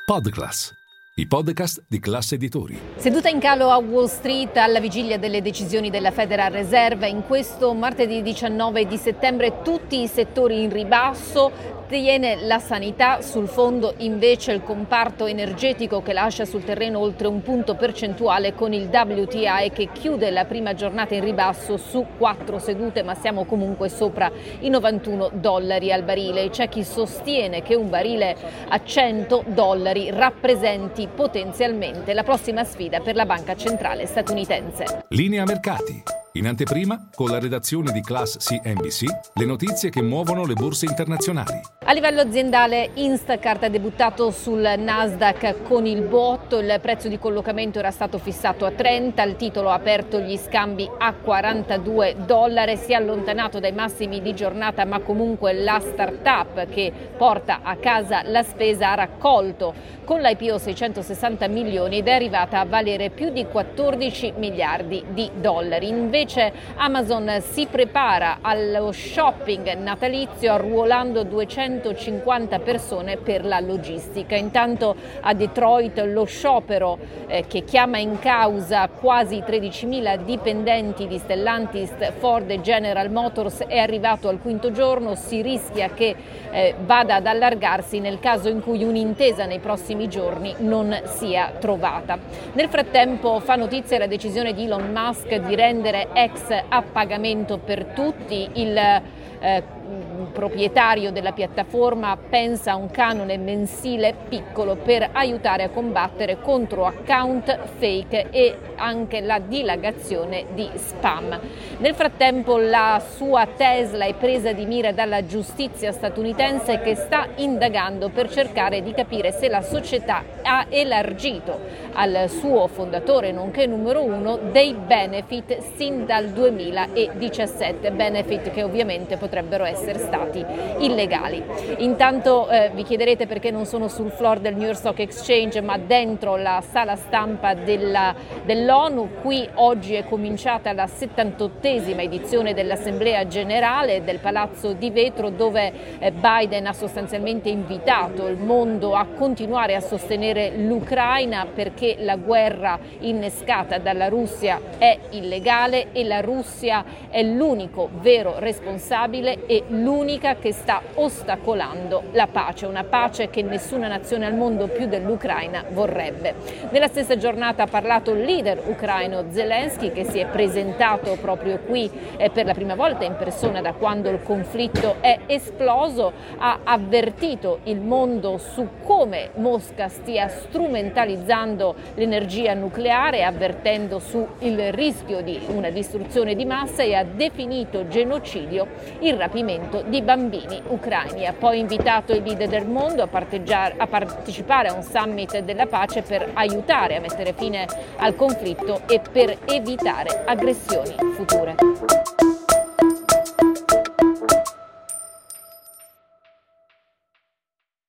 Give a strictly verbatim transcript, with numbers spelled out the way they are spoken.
Podclass, i podcast di Class Editori. Seduta in calo a Wall Street alla vigilia delle decisioni della Federal Reserve, in questo martedì diciannove di settembre tutti i settori in ribasso. Tiene la sanità, sul fondo invece il comparto energetico che lascia sul terreno oltre un punto percentuale, con il W T I che chiude la prima giornata in ribasso su quattro sedute, ma siamo comunque sopra i novantuno dollari al barile. C'è chi sostiene che un barile a cento dollari rappresenti potenzialmente la prossima sfida per la banca centrale statunitense. Linea mercati. In anteprima, con la redazione di Class C N B C, le notizie che muovono le borse internazionali. A livello aziendale, Instacart ha debuttato sul Nasdaq con il botto, il prezzo di collocamento era stato fissato a trenta, il titolo ha aperto gli scambi a quarantadue dollari, si è allontanato dai massimi di giornata, ma comunque la startup che porta a casa la spesa ha raccolto con l'I P O seicentosessanta milioni ed è arrivata a valere più di quattordici miliardi di dollari. Invece Amazon si prepara allo shopping natalizio arruolando duecentocinquanta persone per la logistica. Intanto a Detroit lo sciopero eh, che chiama in causa quasi tredicimila dipendenti di Stellantis, Ford e General Motors è arrivato al quinto giorno, si rischia che eh, vada ad allargarsi nel caso in cui un'intesa nei prossimi giorni non sia trovata. Nel frattempo fa notizia la decisione di Elon Musk di rendere ex a pagamento per tutti. Il eh, proprietario della piattaforma pensa a un canone mensile piccolo per aiutare a combattere contro account fake e anche la dilagazione di spam. Nel frattempo la sua Tesla è presa di mira dalla giustizia statunitense che sta indagando per cercare di capire se la società ha elargito al suo fondatore nonché numero uno dei benefit sin dal duemiladiciassette, benefit che ovviamente potrebbero essere stati illegali. Intanto eh, vi chiederete perché non sono sul floor del New York Stock Exchange ma dentro la sala stampa della, dell'ONU. Qui oggi è cominciata la settantottesima edizione dell'Assemblea Generale del Palazzo di Vetro, dove eh, Biden ha sostanzialmente invitato il mondo a continuare a sostenere l'Ucraina perché la guerra innescata dalla Russia è illegale e la Russia è l'unico vero responsabile e l'unica che sta ostacolando la pace, una pace che nessuna nazione al mondo più dell'Ucraina vorrebbe. Nella stessa giornata ha parlato il leader ucraino Zelensky, che si è presentato proprio qui eh, per la prima volta in persona da quando il conflitto è esploso, ha avvertito il mondo su come Mosca stia strumentalizzando l'energia nucleare, avvertendo sul rischio di una distruzione di massa, e ha definito genocidio il rapimento di bambini ucraini. Ha poi invitato i leader del mondo a, a partecipare a un summit della pace per aiutare a mettere fine al conflitto e per evitare aggressioni future.